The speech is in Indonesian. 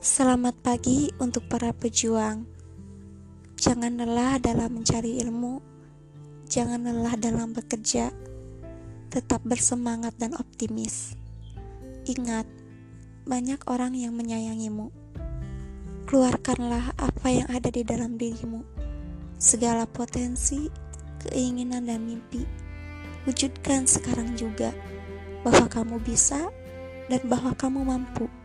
Selamat pagi untuk para pejuang. Jangan lelah dalam mencari ilmu, jangan lelah dalam bekerja. Tetap bersemangat dan optimis. Ingat, banyak orang yang menyayangimu. Keluarkanlah apa yang ada di dalam dirimu. Segala potensi, keinginan dan mimpi. Wujudkan sekarang juga bahwa kamu bisa dan bahwa kamu mampu.